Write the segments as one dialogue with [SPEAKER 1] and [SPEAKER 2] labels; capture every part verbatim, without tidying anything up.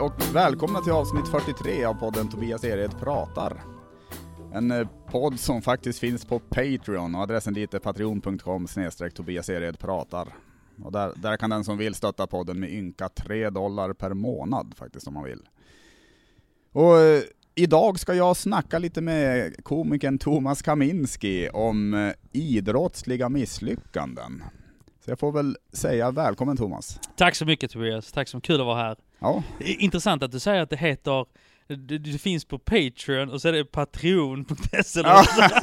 [SPEAKER 1] och välkomna till avsnitt fyrtiotre av podden Tobias Ered pratar. En podd som faktiskt finns på Patreon och adressen dit är patreon punkt com snedstreck Tobias Ered pratar. Och där, där kan den som vill stötta podden med ynka tre dollar per månad faktiskt om man vill. Och eh, idag ska jag snacka lite med komikern Thomas Kaminski om eh, idrottsliga misslyckanden. Så jag får väl säga välkommen Thomas.
[SPEAKER 2] Tack så mycket Tobias, tack så kul att vara här.
[SPEAKER 1] Ja.
[SPEAKER 2] Det är intressant att du säger att det heter, det, det finns på Patreon och så är det patreon punkt se. Ja.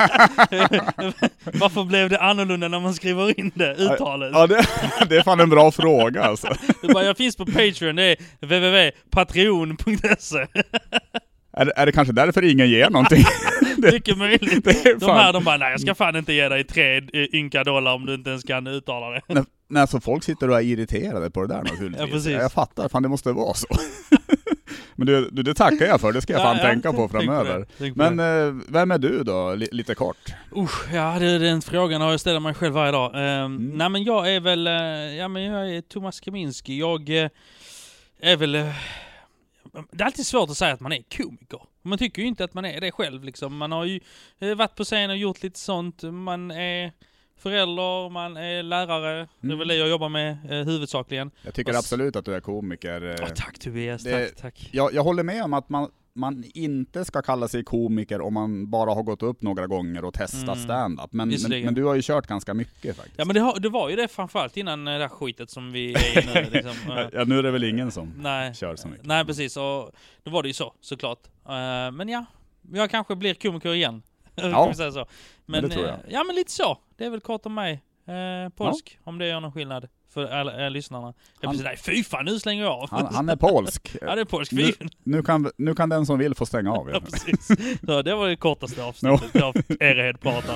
[SPEAKER 2] Varför blev det annorlunda när man skriver in det uttalet?
[SPEAKER 1] Ja, det, det är fan en bra fråga alltså.
[SPEAKER 2] Det bara, jag finns på Patreon, det är w w w punkt patreon punkt se.
[SPEAKER 1] Är, är det kanske därför ingen ger någonting?
[SPEAKER 2] Det, mycket möjligt.
[SPEAKER 1] Det är
[SPEAKER 2] de här, de bara, nej jag ska fan inte ge dig tre ynka dollar om du inte ens kan uttala det.
[SPEAKER 1] Nej, nej alltså folk sitter och är irriterade på det där naturligtvis.
[SPEAKER 2] Ja, precis.
[SPEAKER 1] Jag fattar, fan det måste vara så. Men det, det tackar jag för, det ska jag fan ja, tänka ja, på framöver. Tänk på Men eh, vem är du då, L- lite kort?
[SPEAKER 2] Usch, ja, det, den frågan har jag ställt mig själv varje dag. Eh, mm. Nej men jag är väl, eh, ja men jag är Thomas Kaminski. Jag eh, är väl... Eh, det är alltid svårt att säga att man är komiker. Man tycker ju inte att man är det själv liksom. Man har ju varit på scen och gjort lite sånt. Man är förälder, man är lärare. Mm. Det är väl det jag jobbar med eh, huvudsakligen.
[SPEAKER 1] Jag tycker och absolut att du är komiker.
[SPEAKER 2] Oh, tack Tobias,
[SPEAKER 1] det,
[SPEAKER 2] tack, tack.
[SPEAKER 1] Jag, jag håller med om att man, man inte ska kalla sig komiker om man bara har gått upp några gånger och testat mm. stand-up. Men, men, men du har ju kört ganska mycket faktiskt.
[SPEAKER 2] Ja men det, har, det var ju det framförallt innan det där skitet som vi är i nu. Liksom.
[SPEAKER 1] Ja nu är det väl ingen som
[SPEAKER 2] nej,
[SPEAKER 1] kör så mycket.
[SPEAKER 2] Nej precis, och då var det ju så såklart. Uh, men ja, jag kanske blir komiker igen.
[SPEAKER 1] Ja,
[SPEAKER 2] säga så. Men,
[SPEAKER 1] men det tror jag.
[SPEAKER 2] Uh, ja men lite så, det är väl kort om mig. Uh, polsk, ja. Om det gör någon skillnad för alla äh, lyssnarna. Jag han, precis, nej, fy fan, nu slänger jag av.
[SPEAKER 1] Han, han är polsk.
[SPEAKER 2] Ja, det är polsk.
[SPEAKER 1] Nu, nu, kan, nu kan den som vill få stänga av.
[SPEAKER 2] Ja, precis. Så det var det kortaste avsnittet av Ered pratar.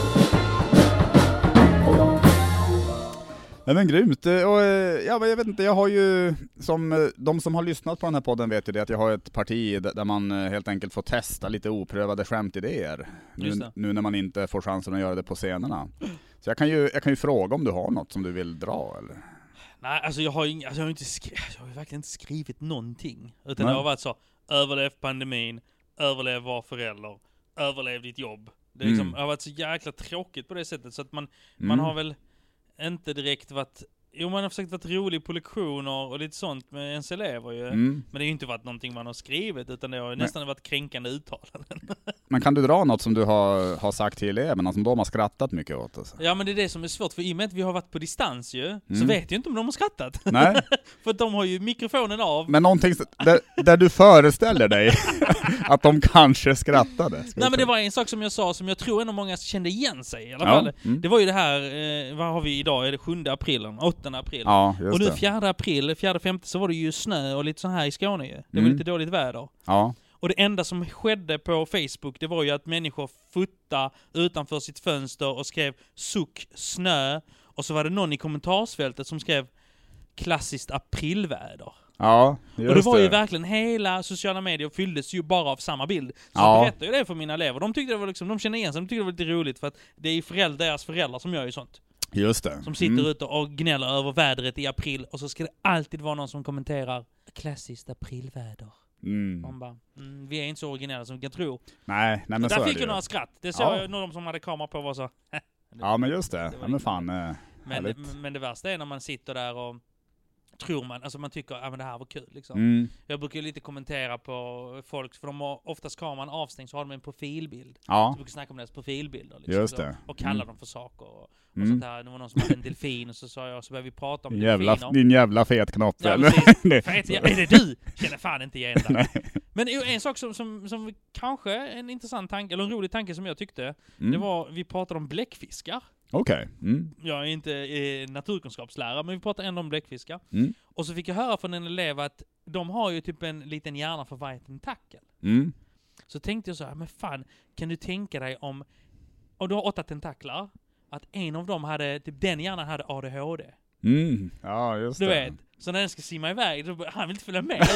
[SPEAKER 1] Nej men grymt. Och, ja, men jag vet inte, jag har ju, som de som har lyssnat på den här podden vet ju det, att jag har ett parti där man helt enkelt får testa lite oprövade skämtidéer. Nu, nu när man inte får chansen att göra det på scenerna. Så jag kan ju, jag kan ju fråga om du har något som du vill dra eller?
[SPEAKER 2] Nej, alltså jag har ju alltså jag har inte skri- jag har verkligen inte skrivit någonting. Utan
[SPEAKER 1] Nej.
[SPEAKER 2] Det har varit så, överlev pandemin, överlev var förälder, överlev ditt jobb. Det, är liksom, mm. det har varit så jäkla tråkigt på det sättet så att man, mm. man har väl inte direkt varit... Jo, man har försökt vara rolig på lektioner och lite sånt med ens elever ju. Mm. Men det har ju inte varit någonting man har skrivit utan det har Nej. nästan varit kränkande uttalanden.
[SPEAKER 1] Men kan du dra något som du har, har sagt till eleverna som de har skrattat mycket åt? Alltså?
[SPEAKER 2] Ja, men det är det som är svårt för i och med att vi har varit på distans ju mm. så vet jag inte om de har skrattat.
[SPEAKER 1] Nej.
[SPEAKER 2] För de har ju mikrofonen av.
[SPEAKER 1] Men någonting där, där du föreställer dig att de kanske skrattade.
[SPEAKER 2] Nej, men det var en sak som jag sa som jag tror ändå många kände igen sig i alla fall. Ja. Mm. Det var ju det här, eh, vad har vi idag? Är det sjunde april? åttonde april.
[SPEAKER 1] Ja,
[SPEAKER 2] och nu
[SPEAKER 1] det.
[SPEAKER 2] fjärde april, fjärde femte så var det ju snö och lite så här i Skåne ju. Det mm. var lite dåligt väder.
[SPEAKER 1] Ja.
[SPEAKER 2] Och det enda som skedde på Facebook det var ju att människor fotade utanför sitt fönster och skrev suck, snö. Och så var det någon i kommentarsfältet som skrev klassiskt aprilväder.
[SPEAKER 1] Ja, just
[SPEAKER 2] och det var
[SPEAKER 1] det.
[SPEAKER 2] ju verkligen hela sociala medier fylldes ju bara av samma bild. Så
[SPEAKER 1] ja.
[SPEAKER 2] jag berättade ju det för mina elever. De tyckte det var liksom, de kände igen sig, de tyckte det var lite roligt för att det är föräldrar, deras föräldrar som gör ju sånt.
[SPEAKER 1] Just det.
[SPEAKER 2] Som sitter
[SPEAKER 1] mm.
[SPEAKER 2] ute och gnäller över vädret i april och så ska det alltid vara någon som kommenterar klassiskt aprilväder.
[SPEAKER 1] Mm.
[SPEAKER 2] Man bara, mm, vi är inte så originella som vi kan tro.
[SPEAKER 1] Nej, nej men
[SPEAKER 2] där
[SPEAKER 1] så
[SPEAKER 2] fick
[SPEAKER 1] är
[SPEAKER 2] jag några skratt. Det såg
[SPEAKER 1] ja.
[SPEAKER 2] jag någon som hade kamera på var så.
[SPEAKER 1] Ja, men just det. det ja, men fan.
[SPEAKER 2] Eh, men, men det värsta är när man sitter där och tror man, alltså man tycker att ah, det här var kul liksom. Mm. Jag brukar ju lite kommentera på folk, för de har oftast kameran avstängd så har de en profilbild.
[SPEAKER 1] Ja.
[SPEAKER 2] Så jag brukar snacka om deras profilbilder liksom,
[SPEAKER 1] just det.
[SPEAKER 2] Så, och kalla
[SPEAKER 1] mm.
[SPEAKER 2] dem för saker och, och
[SPEAKER 1] mm.
[SPEAKER 2] sånt här. Det var någon som hade en delfin och så sa jag, så började vi prata om
[SPEAKER 1] jävla,
[SPEAKER 2] delfiner.
[SPEAKER 1] Din jävla fet knopp.
[SPEAKER 2] Ja, fet, ja, är det du? Känner fan inte igen det. Men en sak som, som, som kanske en intressant tanke, eller en rolig tanke som jag tyckte, mm. det var, vi pratade om bläckfiskar.
[SPEAKER 1] Okej. Okay. Mm.
[SPEAKER 2] Jag är inte eh, naturkunskapslärare, men vi pratar ändå om bläckfiskar.
[SPEAKER 1] Mm.
[SPEAKER 2] Och så fick jag höra från en elev att de har ju typ en liten hjärna för varje tentakel.
[SPEAKER 1] Mm.
[SPEAKER 2] Så tänkte jag så här, men fan, kan du tänka dig om, och du har åtta tentaklar, att en av dem hade, typ den hjärnan hade A D H D.
[SPEAKER 1] Mm. Ja, just
[SPEAKER 2] du
[SPEAKER 1] det.
[SPEAKER 2] vet, så när den ska simma iväg, då, han vill inte följa med.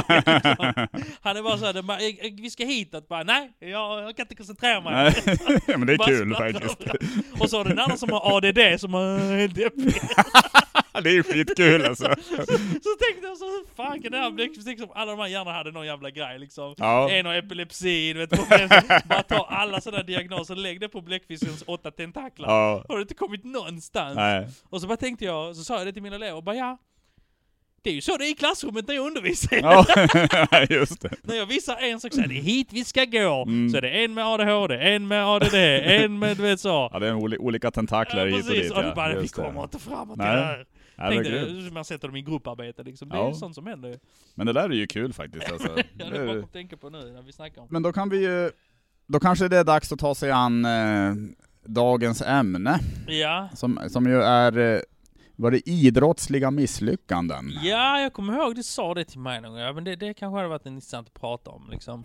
[SPEAKER 2] Han är bara så här, vi ska hitåt, bara, nej, jag, jag kan inte koncentrera mig.
[SPEAKER 1] Nej, men det är kul faktiskt.
[SPEAKER 2] Och så är det en annan som har A D D som har helt deppig.
[SPEAKER 1] Det är ju skitkul alltså.
[SPEAKER 2] Så tänkte jag så, hur fan kan det här bläckfisk liksom, alla de här gärna hade någon jävla grej liksom.
[SPEAKER 1] Ja.
[SPEAKER 2] En har epilepsi, du vet, problem. Bara ta alla sådana diagnoser, lägg det på bläckfiskens åtta tentaklar.
[SPEAKER 1] Ja.
[SPEAKER 2] Har det inte kommit någonstans.
[SPEAKER 1] Nej.
[SPEAKER 2] Och så bara tänkte jag, så sa jag det till mina elever, bara ja, det är ju så det är i klassrummet när jag undervisar.
[SPEAKER 1] Ja, just det.
[SPEAKER 2] När jag visar en sak så är det hit vi ska gå.
[SPEAKER 1] Mm.
[SPEAKER 2] Så är det en med A D H D, en med A D D, en med du vet så.
[SPEAKER 1] Ja, det är oli- olika tentakler
[SPEAKER 2] Ja,
[SPEAKER 1] hit och dit.
[SPEAKER 2] och
[SPEAKER 1] Ja,
[SPEAKER 2] du bara, vi
[SPEAKER 1] just det.
[SPEAKER 2] kommer inte framåt
[SPEAKER 1] Nej.
[SPEAKER 2] till det här.
[SPEAKER 1] Ja, det är grymt.
[SPEAKER 2] Tänkte, man sätter dem i grupparbete liksom. Det
[SPEAKER 1] Ja.
[SPEAKER 2] är ju sånt som händer ju.
[SPEAKER 1] Men det där är ju kul faktiskt. Alltså.
[SPEAKER 2] Ja, det är bara
[SPEAKER 1] Det-
[SPEAKER 2] att tänka på nu när vi snackar om.
[SPEAKER 1] Men då kan vi ju, då kanske det är dags att ta sig an eh, dagens ämne,
[SPEAKER 2] Ja.
[SPEAKER 1] som, som ju är, eh, var det idrottsliga misslyckanden?
[SPEAKER 2] Ja, jag kommer ihåg, du sa det till mig någon gång. Ja, men det, det kanske hade varit intressant att prata om liksom.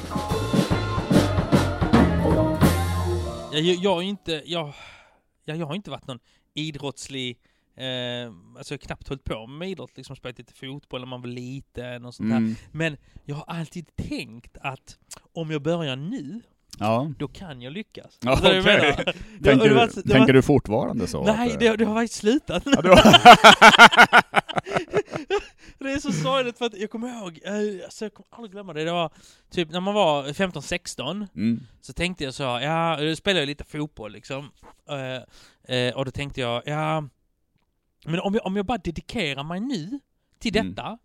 [SPEAKER 2] Jag, jag, jag har ju inte, jag, jag, jag har inte varit någon idrottslig, eh, alltså jag har knappt hållit på med idrott, liksom spelat lite fotboll när man var liten och sånt där.
[SPEAKER 1] Mm.
[SPEAKER 2] Men jag har alltid tänkt att om jag börjar nu,
[SPEAKER 1] Ja.
[SPEAKER 2] då kan jag lyckas.
[SPEAKER 1] Ja,
[SPEAKER 2] Så det jag
[SPEAKER 1] okej.
[SPEAKER 2] menar. Det-
[SPEAKER 1] Tänker,
[SPEAKER 2] det var-
[SPEAKER 1] du,
[SPEAKER 2] det
[SPEAKER 1] tänker
[SPEAKER 2] var-
[SPEAKER 1] du fortfarande så?
[SPEAKER 2] Nej,
[SPEAKER 1] att,
[SPEAKER 2] det, det har faktiskt slutat.
[SPEAKER 1] Ja, det var...
[SPEAKER 2] Det är så sorgligt för att jag kommer ihåg, eh, alltså jag kommer aldrig glömma det, det var typ när man var femton sexton
[SPEAKER 1] mm.
[SPEAKER 2] så tänkte jag så, ja, då spelade jag lite fotboll liksom, eh, eh, och då tänkte jag, ja, men om jag, om jag bara dedikerar mig nu till detta,
[SPEAKER 1] Mm.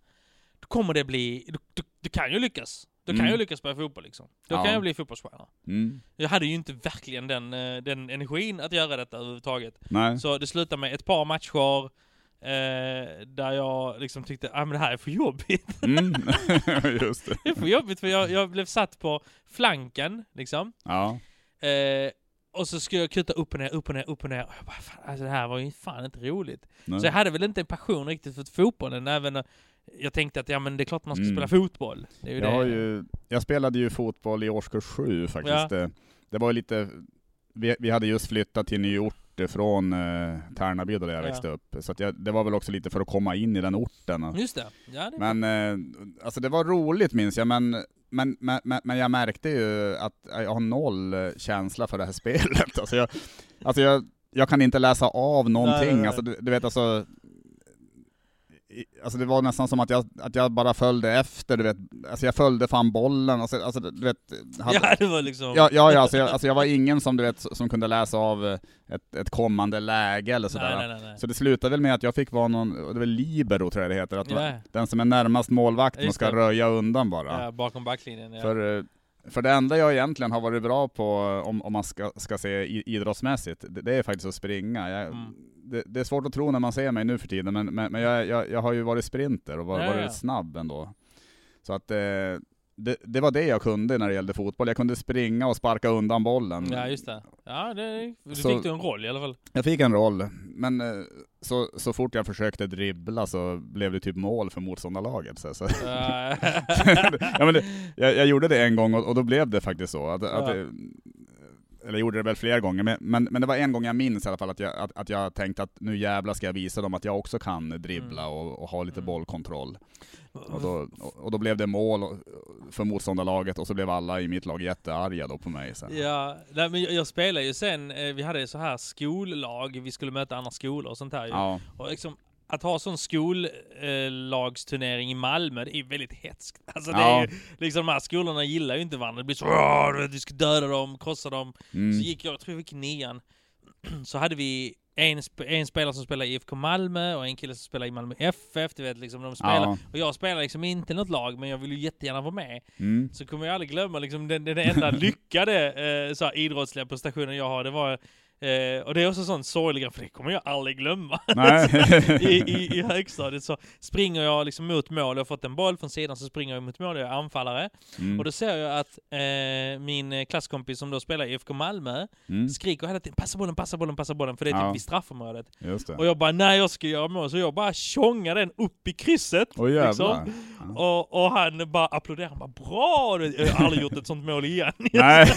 [SPEAKER 1] Mm.
[SPEAKER 2] jag lyckas spela fotboll liksom. Då
[SPEAKER 1] Ja.
[SPEAKER 2] kan jag bli fotbollsstjärna.
[SPEAKER 1] Mm.
[SPEAKER 2] Jag hade ju inte verkligen den, eh, den energin att göra detta överhuvudtaget.
[SPEAKER 1] Nej.
[SPEAKER 2] Så det slutade med ett par matcher eh, där jag liksom tyckte, ah, men det här är för jobbigt.
[SPEAKER 1] Mm. Just det.
[SPEAKER 2] Det är för jobbigt för jag, jag blev satt på flanken liksom.
[SPEAKER 1] Ja.
[SPEAKER 2] Eh, och så skulle jag kuta upp och ner, upp och ner, upp och ner. Och jag bara, fan, alltså det här var ju fan inte roligt.
[SPEAKER 1] Nej.
[SPEAKER 2] Så jag hade väl inte en passion riktigt för fotbollen, även jag tänkte att ja, men det är klart man ska
[SPEAKER 1] Mm.
[SPEAKER 2] spela fotboll. Det är ju
[SPEAKER 1] Jag,
[SPEAKER 2] det.
[SPEAKER 1] har ju, jag spelade ju fotboll i årskurs sju faktiskt.
[SPEAKER 2] Ja.
[SPEAKER 1] Det, det var ju lite, vi, vi hade just flyttat till ny ort från eh, Tärnaby där jag
[SPEAKER 2] Ja.
[SPEAKER 1] växte upp. Så att jag, det var väl också lite för att komma in i den orten.
[SPEAKER 2] Just det. Ja, det
[SPEAKER 1] Men eh, alltså det var roligt minns jag, men, men, men, men, men jag märkte ju att jag har noll eh, känsla för det här spelet. Alltså jag, alltså jag, jag kan inte läsa av någonting.
[SPEAKER 2] Nej, nej, nej.
[SPEAKER 1] Alltså du, du vet alltså, i- alltså det var nästan som att jag, att jag bara följde efter, du vet. Alltså jag följde fan bollen. Alltså, alltså du vet. Hade,
[SPEAKER 2] ja, det var liksom...
[SPEAKER 1] Ja, ja, ja alltså, jag, alltså jag var ingen som du vet som kunde läsa av ett, ett kommande läge eller sådär.
[SPEAKER 2] nej, nej, nej, nej.
[SPEAKER 1] Så det slutade väl med att jag fick vara någon, det var libero tror jag det heter, att
[SPEAKER 2] Ja.
[SPEAKER 1] den som är närmast målvakten och
[SPEAKER 2] Just
[SPEAKER 1] ska
[SPEAKER 2] det.
[SPEAKER 1] röja undan bara.
[SPEAKER 2] Ja, bakom backlinjen. Ja.
[SPEAKER 1] För, för det enda jag egentligen har varit bra på, om, om man ska, ska se i- idrottsmässigt, det, det är faktiskt att springa. Jag,
[SPEAKER 2] Mm.
[SPEAKER 1] det, det är svårt att tro när man ser mig nu för tiden, men, men, men jag, jag, jag har ju varit sprinter och var,
[SPEAKER 2] Ja,
[SPEAKER 1] varit
[SPEAKER 2] ja.
[SPEAKER 1] snabb ändå. Så att eh, det, det var det jag kunde när det gällde fotboll. Jag kunde springa och sparka undan bollen.
[SPEAKER 2] Ja, just det. Ja, det, du
[SPEAKER 1] Så-
[SPEAKER 2] fick du en roll i alla fall.
[SPEAKER 1] Jag fick en roll, men eh, så, så fort jag försökte dribbla så blev det typ mål för motståndarlaget. Så, så.
[SPEAKER 2] Ja.
[SPEAKER 1] ja, men det, jag, jag gjorde det en gång och, och då blev det faktiskt så. Att,
[SPEAKER 2] Ja.
[SPEAKER 1] att det, eller jag gjorde det väl flera gånger, men, men, men det var en gång jag minns i alla fall att jag, att, att jag tänkte att nu jävla ska jag visa dem att jag också kan dribbla
[SPEAKER 2] Mm.
[SPEAKER 1] och, och ha lite
[SPEAKER 2] Mm.
[SPEAKER 1] bollkontroll. Och då, och, och då blev det mål för motståndarlaget och så blev alla i mitt lag jättearga då på mig. Så.
[SPEAKER 2] Ja, nej, men jag, jag spelade ju sen, eh, vi hade så här skollag, vi skulle möta andra skolor och sånt här ju.
[SPEAKER 1] Ja.
[SPEAKER 2] Och liksom, att ha sån skollagsturnering i Malmö, det är ju väldigt hetskt. Alltså det
[SPEAKER 1] Ja.
[SPEAKER 2] är ju, liksom de här skolorna gillar ju inte varandra. Det blir så, "Åh, du vet, vi ska döda dem, krossa dem."
[SPEAKER 1] Mm.
[SPEAKER 2] Så gick jag, jag tror jag gick i nian, så hade vi en, sp- en spelare som spelar i I F K Malmö och en kille som spelar i Malmö F F, du vet liksom, de spelar.
[SPEAKER 1] Ja.
[SPEAKER 2] Och jag spelar liksom inte något lag, men jag vill ju jättegärna vara med.
[SPEAKER 1] Mm.
[SPEAKER 2] Så kommer jag aldrig glömma liksom den, den enda lyckade eh, så här, idrottsliga prestationen jag har, det var eh, och det är också sånt sorgliga, för det kommer jag aldrig glömma.
[SPEAKER 1] Nej.
[SPEAKER 2] I, i, I högstadiet så springer jag liksom mot mål, jag har fått en boll från sidan, så springer jag mot mål, jag är anfallare.
[SPEAKER 1] Mm.
[SPEAKER 2] Och då ser jag att eh, min klasskompis som då spelar i I F K Malmö
[SPEAKER 1] Mm.
[SPEAKER 2] skriker hela tiden, passa bollen, passa bollen, passa bollen, för det är
[SPEAKER 1] Ja.
[SPEAKER 2] typ vid straffområdet.
[SPEAKER 1] Just det.
[SPEAKER 2] Och jag bara, nej jag ska göra mål, så jag bara tjongar den upp i krysset.
[SPEAKER 1] Åh jävlar.
[SPEAKER 2] liksom. Och, och han bara applåderar, han bara, bra! Jag har aldrig gjort ett sånt mål igen.
[SPEAKER 1] Nej.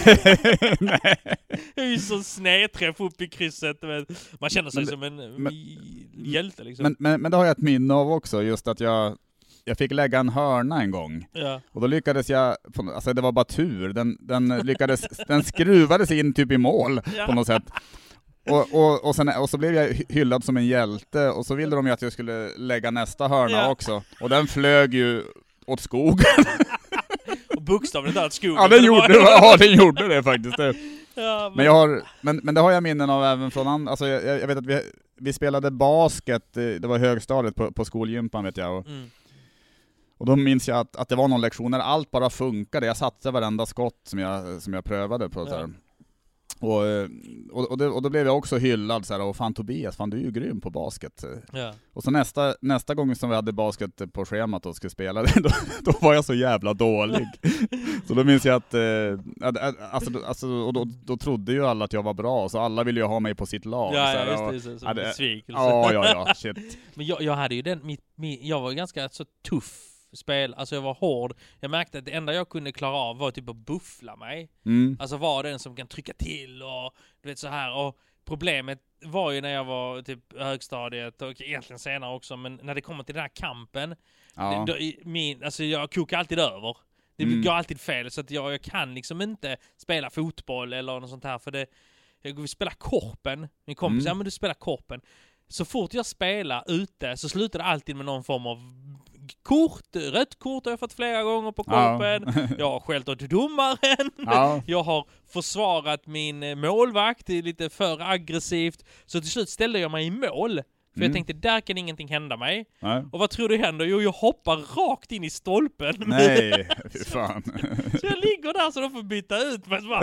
[SPEAKER 1] Nej.
[SPEAKER 2] Jag är ju så snedträff upp i krysset. Men man känner sig
[SPEAKER 1] Men det-
[SPEAKER 2] som en
[SPEAKER 1] men-
[SPEAKER 2] hjälte liksom.
[SPEAKER 1] Men, men, men det har jag ett minne av också, just att jag, jag fick lägga en hörna en gång.
[SPEAKER 2] ja.
[SPEAKER 1] Och då lyckades jag, alltså det var bara tur, den, den lyckades, den skruvades in typ i mål
[SPEAKER 2] Ja.
[SPEAKER 1] på något sätt. och, och, och, sen, och så blev jag hyllad som en hjälte, och så ville de ju att jag skulle lägga nästa hörna
[SPEAKER 2] Ja.
[SPEAKER 1] också. Och den flög ju åt skogen.
[SPEAKER 2] Och bokstavligt talat skogen.
[SPEAKER 1] Ja, den gjorde, ja, den gjorde det faktiskt. Det.
[SPEAKER 2] Ja, men...
[SPEAKER 1] Men, jag har, men, men det har jag minnen av även från andra. Alltså jag, jag vet att vi, vi spelade basket, det var högstadiet på, på skolgympan vet jag. Och,
[SPEAKER 2] Mm.
[SPEAKER 1] och då minns jag att, att det var någon lektion där allt bara funkade. Jag satte varenda skott som jag, som jag prövade på. Så här. Och, och, och, det, och då blev jag också hyllad så här, och fan Tobias, fan du är ju grym på basket.
[SPEAKER 2] Ja.
[SPEAKER 1] Och så nästa, nästa gång som vi hade basket på schemat och skulle spela det, då, då var jag så jävla dålig. Så då minns jag att, eh, alltså, alltså, och då, då trodde ju alla att jag var bra, så alla ville ju ha mig på sitt lag.
[SPEAKER 2] Ja,
[SPEAKER 1] så här,
[SPEAKER 2] ja
[SPEAKER 1] och,
[SPEAKER 2] just det, som
[SPEAKER 1] hade,
[SPEAKER 2] besvikelse.
[SPEAKER 1] ja, ja, ja, shit.
[SPEAKER 2] Men jag, jag hade ju den, mitt, mitt, jag var ganska så tuff spel, alltså jag var hård. Jag märkte att det enda jag kunde klara av var typ att buffla mig.
[SPEAKER 1] Mm.
[SPEAKER 2] Alltså vara den som kan trycka till och du vet så här. Och problemet var ju när jag var typ högstadiet och egentligen senare också, men när det kommer till den här kampen,
[SPEAKER 1] Ja.
[SPEAKER 2] det, då, min, alltså jag kokar alltid över. Det
[SPEAKER 1] Mm.
[SPEAKER 2] går alltid fel, så att jag, jag kan liksom inte spela fotboll eller något sånt här, för det, jag vill spela korpen. Min kompis,
[SPEAKER 1] Mm.
[SPEAKER 2] ja men du spelar korpen. Så fort jag spelar ute så slutar det alltid med någon form av kort. Rött kort har jag fått flera gånger på korpen.
[SPEAKER 1] Ja.
[SPEAKER 2] Jag har skällt åt domaren.
[SPEAKER 1] Ja.
[SPEAKER 2] Jag har försvarat min målvakt lite för aggressivt. Så till slut ställde jag mig i mål. För
[SPEAKER 1] Mm.
[SPEAKER 2] jag tänkte, där kan ingenting hända mig.
[SPEAKER 1] Nej.
[SPEAKER 2] Och vad tror du händer? Jo, jag hoppar rakt in i stolpen.
[SPEAKER 1] Nej, fy fan.
[SPEAKER 2] Så jag ligger där så de får byta ut mig. Så bara,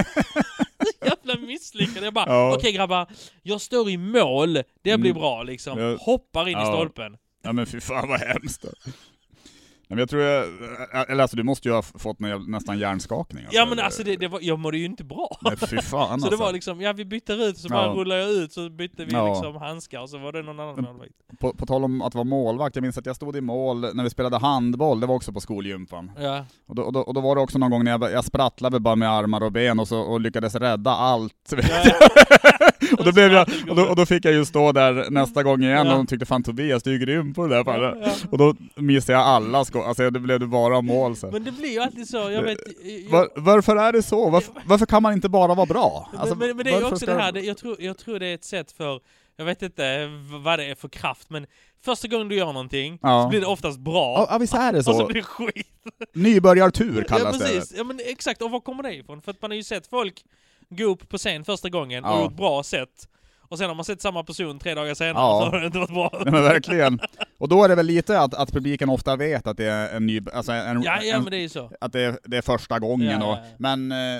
[SPEAKER 2] jävla misslyckad. Jag bara,
[SPEAKER 1] Ja.
[SPEAKER 2] okej grabbar, jag står i mål. Det blir
[SPEAKER 1] Mm.
[SPEAKER 2] bra liksom.
[SPEAKER 1] Ja.
[SPEAKER 2] Hoppar in i
[SPEAKER 1] Ja.
[SPEAKER 2] stolpen.
[SPEAKER 1] Ja men fy fan vad hemskt då. Men jag tror jag, eller alltså du måste ju ha fått en nästan hjärnskakning.
[SPEAKER 2] Ja men alltså det, det var, jag mådde ju inte bra.
[SPEAKER 1] Nej, fy fan
[SPEAKER 2] Så
[SPEAKER 1] alltså.
[SPEAKER 2] det var liksom, ja vi byter ut, så
[SPEAKER 1] Ja.
[SPEAKER 2] bara rullar jag ut, så bytte vi
[SPEAKER 1] Ja.
[SPEAKER 2] liksom handskar, och så var det någon annan målvakt.
[SPEAKER 1] På, på tal om att vara målvakt, jag minns att jag stod i mål när vi spelade handboll, det var också på skolgympan.
[SPEAKER 2] Ja.
[SPEAKER 1] Och då, och, då, och då var det också någon gång när jag, jag sprattlade bara med armar och ben och, så, och lyckades rädda allt. Vet
[SPEAKER 2] Ja,
[SPEAKER 1] jag. och, då blev jag, och, då, och då fick jag ju stå där nästa gång igen,
[SPEAKER 2] Ja.
[SPEAKER 1] och de tyckte fan Tobias, du är grym på det där. Fan.
[SPEAKER 2] Ja, ja.
[SPEAKER 1] Och då missade jag alla skott, alltså det blev det bara mål sen.
[SPEAKER 2] Men det blir ju alltid så, jag vet... Jag,
[SPEAKER 1] Var, varför är det så? Varför, varför kan man inte bara vara bra? Alltså,
[SPEAKER 2] men, men, men det är ju
[SPEAKER 1] varför
[SPEAKER 2] också
[SPEAKER 1] ska-
[SPEAKER 2] det här, det, jag, tror, jag tror det är ett sätt för, jag vet inte vad det är för kraft, men första gången du gör någonting
[SPEAKER 1] Ja.
[SPEAKER 2] så blir det oftast bra.
[SPEAKER 1] Ja, ja, visst är det
[SPEAKER 2] Och så
[SPEAKER 1] så.
[SPEAKER 2] blir det skit.
[SPEAKER 1] Nybörjartur
[SPEAKER 2] Ja
[SPEAKER 1] kallas
[SPEAKER 2] precis,
[SPEAKER 1] det.
[SPEAKER 2] ja men exakt, och var kommer det ifrån? För att man har ju sett folk gå upp på scen första gången
[SPEAKER 1] Ja.
[SPEAKER 2] och gjort bra sätt. Och sen har man sett samma person tre dagar senare,
[SPEAKER 1] Ja.
[SPEAKER 2] så har det inte varit bra.
[SPEAKER 1] Nej, men verkligen. Och då är det väl lite att, att publiken ofta vet att det är en ny, alltså en,
[SPEAKER 2] Ja, ja
[SPEAKER 1] en,
[SPEAKER 2] men det är ju så.
[SPEAKER 1] att det är, det är första gången.
[SPEAKER 2] Ja, ja,
[SPEAKER 1] Och,
[SPEAKER 2] ja.
[SPEAKER 1] men, eh,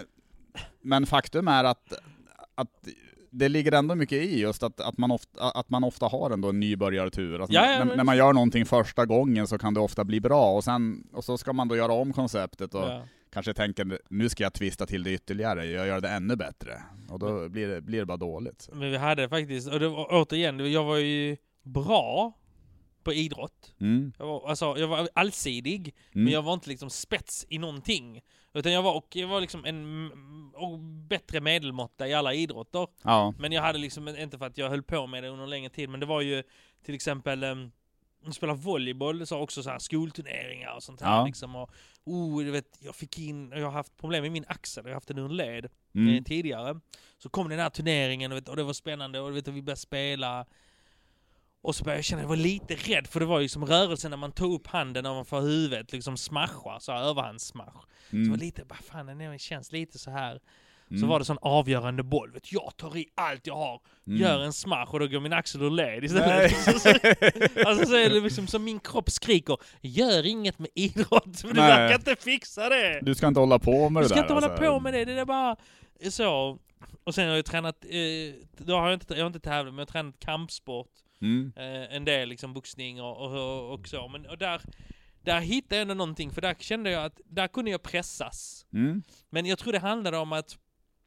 [SPEAKER 1] men faktum är att, att det ligger ändå mycket i just att, att, man, ofta, att man ofta har ändå en nybörjartur. Alltså
[SPEAKER 2] Ja, ja,
[SPEAKER 1] när,
[SPEAKER 2] men-
[SPEAKER 1] när man gör någonting första gången så kan det ofta bli bra, och, sen, och så ska man då göra om konceptet och
[SPEAKER 2] Ja.
[SPEAKER 1] kanske tänker, nu ska jag twista till det ytterligare, jag gör det ännu bättre. Och då blir det, blir det bara dåligt.
[SPEAKER 2] Men vi hade faktiskt, och det var, återigen, jag var ju bra på idrott.
[SPEAKER 1] Mm.
[SPEAKER 2] Jag var, alltså, jag var allsidig,
[SPEAKER 1] Mm.
[SPEAKER 2] men jag var inte liksom spets i någonting. Utan jag var, och jag var liksom en och bättre medelmåtta i alla idrotter.
[SPEAKER 1] Ja.
[SPEAKER 2] Men jag hade liksom, inte för att jag höll på med det under en längre tid, men det var ju till exempel um, jag spelade volleyboll, så också så här skolturneringar och sånt här
[SPEAKER 1] Ja.
[SPEAKER 2] liksom. Och, oh, du vet, jag fick in, jag har haft problem med min axel, jag har haft en ur led
[SPEAKER 1] Mm.
[SPEAKER 2] eh, tidigare. Så kom den här turneringen och, vet, och det var spännande, och, du vet, och vi började spela. Och så började jag känna att jag var lite rädd, för det var ju som rörelsen när man tog upp handen ovanför huvudet, liksom smashar, så här överhandssmash. Så
[SPEAKER 1] Mm.
[SPEAKER 2] det var lite, bara fan, det känns lite så här. Så
[SPEAKER 1] Mm.
[SPEAKER 2] var det sån avgörande boll. Vet, jag tar i allt jag har,
[SPEAKER 1] Mm.
[SPEAKER 2] gör en smash, och då går min axel ur led
[SPEAKER 1] Nej.
[SPEAKER 2] istället. Så, så, alltså så är det liksom som min kropp skriker, gör inget med idrott, för du
[SPEAKER 1] Nej.
[SPEAKER 2] verkar inte fixa det.
[SPEAKER 1] Du ska inte hålla på med
[SPEAKER 2] Du
[SPEAKER 1] det
[SPEAKER 2] ska
[SPEAKER 1] där.
[SPEAKER 2] inte hålla
[SPEAKER 1] alltså.
[SPEAKER 2] på med det, det är bara så. Och sen har jag tränat, eh, då har jag inte, jag har inte tävlat, men jag har tränat kampsport.
[SPEAKER 1] Mm.
[SPEAKER 2] Eh, en del liksom boxning och, och, och så. Men och där, där hittade jag ändå någonting, för där kände jag att där kunde jag pressas.
[SPEAKER 1] Mm.
[SPEAKER 2] Men jag tror det handlade om att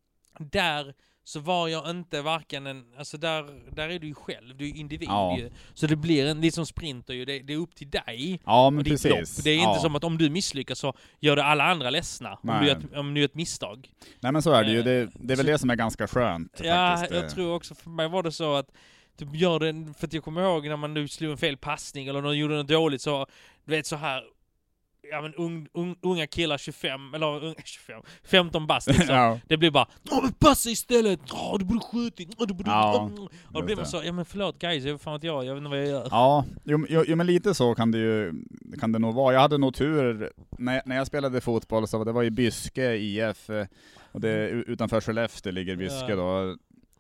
[SPEAKER 2] där så var jag inte varken en, alltså där, där är du ju själv, du är ju individ
[SPEAKER 1] Ja.
[SPEAKER 2] ju. Så det blir en, liksom sprinter ju, det, det är upp till dig.
[SPEAKER 1] Ja, men
[SPEAKER 2] Och ditt
[SPEAKER 1] precis.
[SPEAKER 2] lopp. Det är inte
[SPEAKER 1] ja.
[SPEAKER 2] som att om du misslyckas så gör det alla andra ledsna. Om
[SPEAKER 1] Nej.
[SPEAKER 2] du, gör ett, om du gör ett misstag.
[SPEAKER 1] Nej men så är det ju, det, det är väl
[SPEAKER 2] Så-
[SPEAKER 1] det som är ganska skönt
[SPEAKER 2] Ja,
[SPEAKER 1] faktiskt.
[SPEAKER 2] jag tror också, för mig var det så att du gör det, för att jag kommer ihåg när man nu slog en fel passning eller någon gjorde något dåligt, så du vet så här, ja, men un, un, unga killar tjugofem, eller unga tjugofem, femton bast liksom.
[SPEAKER 1] Ja.
[SPEAKER 2] Det blir bara, åh men passa istället, åh du borde skjutit, åh du borde...
[SPEAKER 1] Ja,
[SPEAKER 2] och då blir man så, ja men förlåt guys, jag vet fan att jag, jag vet inte vad jag gör.
[SPEAKER 1] Ja, jo, jo, jo men lite så kan det ju kan det nog vara. Jag hade nog tur när, när jag spelade fotboll, så det var i Byske I F, och det utanför Skellefteå ligger Byske. Ja. Då.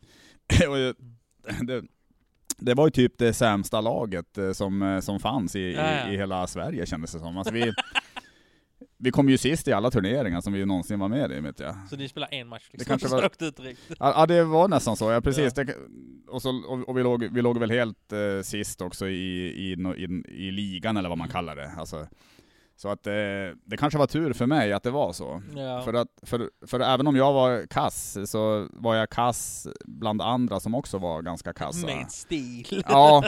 [SPEAKER 1] Och det, det var ju typ det sämsta laget som, som fanns i, ja, ja. i, i hela Sverige, kändes det som. Alltså vi, vi kom ju sist i alla turneringar som vi någonsin var med i, vet jag.
[SPEAKER 2] Så ni spelar en match liksom?
[SPEAKER 1] Det kanske var,
[SPEAKER 2] rakt ut direkt.
[SPEAKER 1] Ja, det var nästan så. Ja, precis.
[SPEAKER 2] Ja.
[SPEAKER 1] Det, och så, och, och vi, låg, vi låg väl helt eh, sist också i, i, i, i ligan, eller vad man kallar det. Alltså, så att eh, det kanske var tur för mig att det var så.
[SPEAKER 2] Ja.
[SPEAKER 1] För, att, för, för även om jag var kass, så var jag kass bland andra som också var ganska kassa.
[SPEAKER 2] Med stil.
[SPEAKER 1] Ja,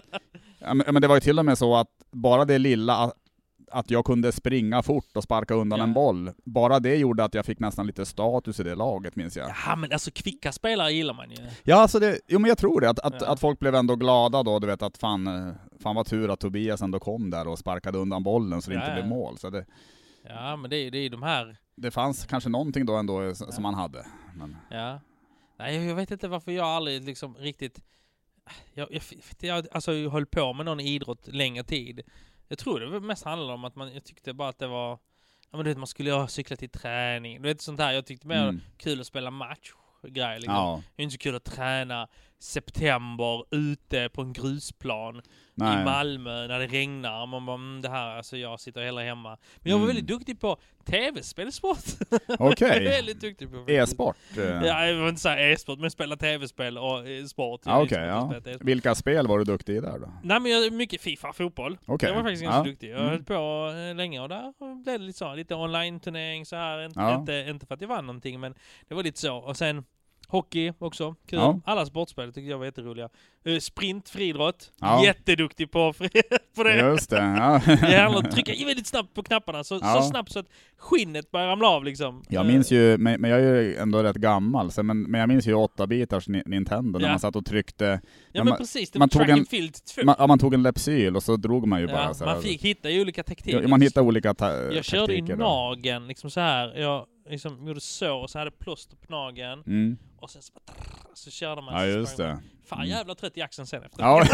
[SPEAKER 1] men, men det var ju till och med så att bara det lilla... att jag kunde springa fort och sparka undan ja. en boll. Bara det gjorde att jag fick nästan lite status i det laget, minns jag.
[SPEAKER 2] Ja, men alltså kvicka spelare gillar man ju.
[SPEAKER 1] Ja, alltså det, jo men jag tror det. Att, att,
[SPEAKER 2] ja.
[SPEAKER 1] att folk blev ändå glada då, du vet att fan, fan var tur att Tobias ändå kom där och sparkade undan bollen så det ja, inte ja. blev mål. Så det,
[SPEAKER 2] ja, men det är ju de här...
[SPEAKER 1] Det fanns kanske någonting då ändå som ja. man hade. Men...
[SPEAKER 2] Ja. Nej, jag vet inte varför jag aldrig liksom riktigt... Jag, jag, jag, alltså, jag höll på med någon idrott längre tid. Jag tror det mest handlade om att man, jag tyckte bara att det var, ja men du vet, man skulle ha cykla till träning. Du vet sånt här, jag tyckte mer mm. kul att spela matchgrejer liksom. Ja. Det är inte så kul att träna september ute på en grusplan. Nej. I Malmö när det regnar. Man bara, det här, alltså jag sitter hela hemma. Men jag var mm. väldigt duktig på tv-spelsport.
[SPEAKER 1] Okej. Okay.
[SPEAKER 2] Väldigt duktig på
[SPEAKER 1] E-sport?
[SPEAKER 2] Ja, jag vill inte säga e-sport, men spela tv-spel och sport.
[SPEAKER 1] Ah, Okej, okay, ja. Vilka spel var du duktig i där då?
[SPEAKER 2] Nej, men jag mycket FIFA, fotboll.
[SPEAKER 1] Okay.
[SPEAKER 2] Jag var faktiskt ganska
[SPEAKER 1] ja.
[SPEAKER 2] duktig. Jag mm. höll på länge och där blev det lite så, lite online-turnering så här. Inte, ja. inte, inte för att jag vann någonting, men det var lite så. Och sen hockey också, kul. Ja. Alla sportspel tycker jag var jätteroliga. Sprint, friidrott, ja. jätteduktig på, på det.
[SPEAKER 1] Just det, ja.
[SPEAKER 2] Det handlar om att trycka väldigt snabbt på knapparna, så, ja. så snabbt så att skinnet börjar ramla av liksom.
[SPEAKER 1] Jag minns ju, men, men jag är ju ändå rätt gammal, så, men, men jag minns ju åtta bitars Nintendo, när ja. man satt och tryckte.
[SPEAKER 2] Ja, men man, precis, det
[SPEAKER 1] man
[SPEAKER 2] var
[SPEAKER 1] tog en,
[SPEAKER 2] field två.
[SPEAKER 1] Man, ja, man tog en Lepsyl och så drog man ju
[SPEAKER 2] ja,
[SPEAKER 1] bara. Så
[SPEAKER 2] man fick hitta ju olika taktiker.
[SPEAKER 1] Ja, man hittade olika ta-
[SPEAKER 2] jag
[SPEAKER 1] taktiker. Jag
[SPEAKER 2] körde i nagen, liksom så här. Jag liksom gjorde så, och så hade plåster på nagen. Mm. Och sen så, bara, så körde man.
[SPEAKER 1] Ja, just det.
[SPEAKER 2] Fan, mm. jävla trött i axeln sen efter.
[SPEAKER 1] Ja.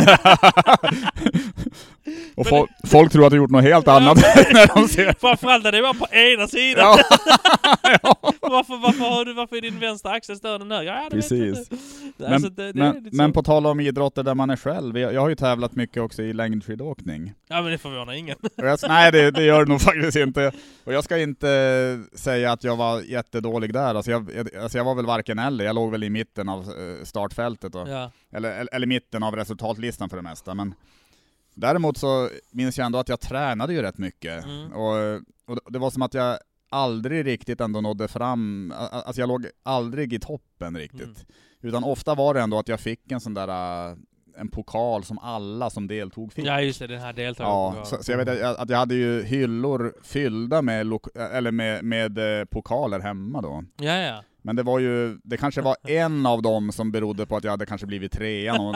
[SPEAKER 1] Och fol- folk tror att du gjort något helt annat när de ser.
[SPEAKER 2] Framförallt när det var på ena sidan.
[SPEAKER 1] Ja. Ja.
[SPEAKER 2] varför, varför, har du, varför är din vänstra axel större än den höger? Ja, det
[SPEAKER 1] precis.
[SPEAKER 2] vet jag
[SPEAKER 1] men, alltså, det, det men, men på tal om idrotter där man är själv. Jag, jag har ju tävlat mycket också i längdskidåkning.
[SPEAKER 2] Ja, men det förvånar ingen.
[SPEAKER 1] Jag, nej, det, det gör det nog faktiskt inte. Och jag ska inte säga att jag var jättedålig där. Alltså jag, jag, alltså jag var väl varken eller. Jag låg väl i mitten av startfältet. Och,
[SPEAKER 2] ja.
[SPEAKER 1] eller, eller, eller mitten av resultatlistan för det mesta. Men däremot så minns jag ändå att jag tränade ju rätt mycket. Mm. Och, och det var som att jag aldrig riktigt ändå nådde fram. Alltså jag låg aldrig i toppen riktigt. Mm. Utan ofta var det ändå att jag fick en sån där en pokal som alla som deltog fick.
[SPEAKER 2] Ja, just det, den här deltagaren.
[SPEAKER 1] Ja, så, så jag vet att jag hade ju hyllor fyllda med, lo- eller med, med pokaler hemma då.
[SPEAKER 2] Ja, ja.
[SPEAKER 1] Men det var ju, det kanske var en av dem som berodde på att jag hade kanske blivit trean. Och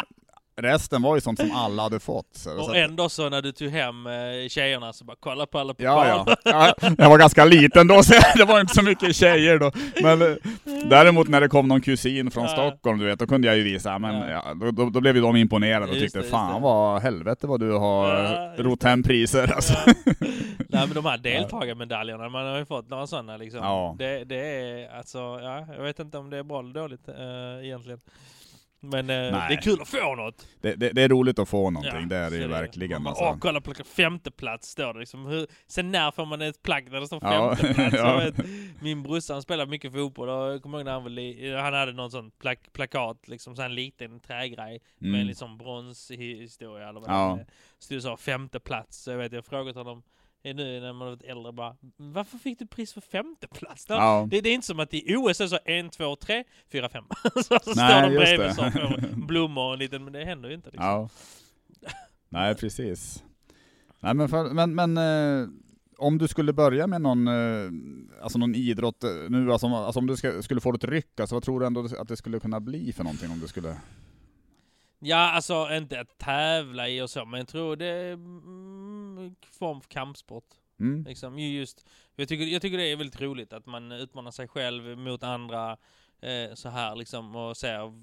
[SPEAKER 1] resten var ju sånt som alla hade fått. Så,
[SPEAKER 2] och
[SPEAKER 1] så
[SPEAKER 2] ändå så när du tog hem eh, tjejerna så bara kolla på alla pokaler.
[SPEAKER 1] Ja, ja. ja, jag var ganska liten då så det var inte så mycket tjejer då. Men eh, däremot när det kom någon kusin från ja. Stockholm, du vet, då kunde jag ju visa. Men ja. Ja, då, då, då blev ju de imponerade och just tyckte, det, fan vad helvete vad du har ja, rott hem priser. Alltså.
[SPEAKER 2] Ja. Nej, men de här deltagarmedaljerna man har ju fått några sådana liksom.
[SPEAKER 1] Ja.
[SPEAKER 2] Det, det är alltså, ja, jag vet inte om det är bra eller dåligt äh, egentligen. Men eh, det är kul att få något.
[SPEAKER 1] Det, det, det är roligt att få någonting, ja, det är det ju
[SPEAKER 2] det.
[SPEAKER 1] verkligen.
[SPEAKER 2] Man,
[SPEAKER 1] alltså.
[SPEAKER 2] Åh, kolla på femte plats står det liksom. Hur, sen när får man ett plagg där det står femte ja. plats?
[SPEAKER 1] Ja.
[SPEAKER 2] Vet, min brorsa, han spelar mycket fotboll och jag kommer ihåg när han var li- han hade någon sån plak- plakat, liksom så en liten trägrej mm. med en liksom bronshistoria eller vad
[SPEAKER 1] ja.
[SPEAKER 2] det är. Så det sa femte plats. Så jag vet, jag frågat honom nu när man är äldre bara, varför fick du pris för femte plats?
[SPEAKER 1] Ja.
[SPEAKER 2] Det, det är inte som att i O S är så en, två, tre, fyra, fem. så så
[SPEAKER 1] Nej,
[SPEAKER 2] står de bredvid så får blommor och en liten, men det händer ju inte. Liksom.
[SPEAKER 1] Ja. Nej, precis. Nej, men, för, men, men eh, om du skulle börja med någon, eh, alltså någon idrott nu, alltså, alltså om du ska, skulle få ett ryck, alltså, vad tror du ändå att det skulle kunna bli för någonting om du skulle...
[SPEAKER 2] Ja, alltså inte att tävla i och så, men jag tror det är mm, form för kampsport.
[SPEAKER 1] Mm.
[SPEAKER 2] Liksom, just, jag, tycker, jag tycker det är väldigt roligt att man utmanar sig själv mot andra eh, så här liksom, och ser uh,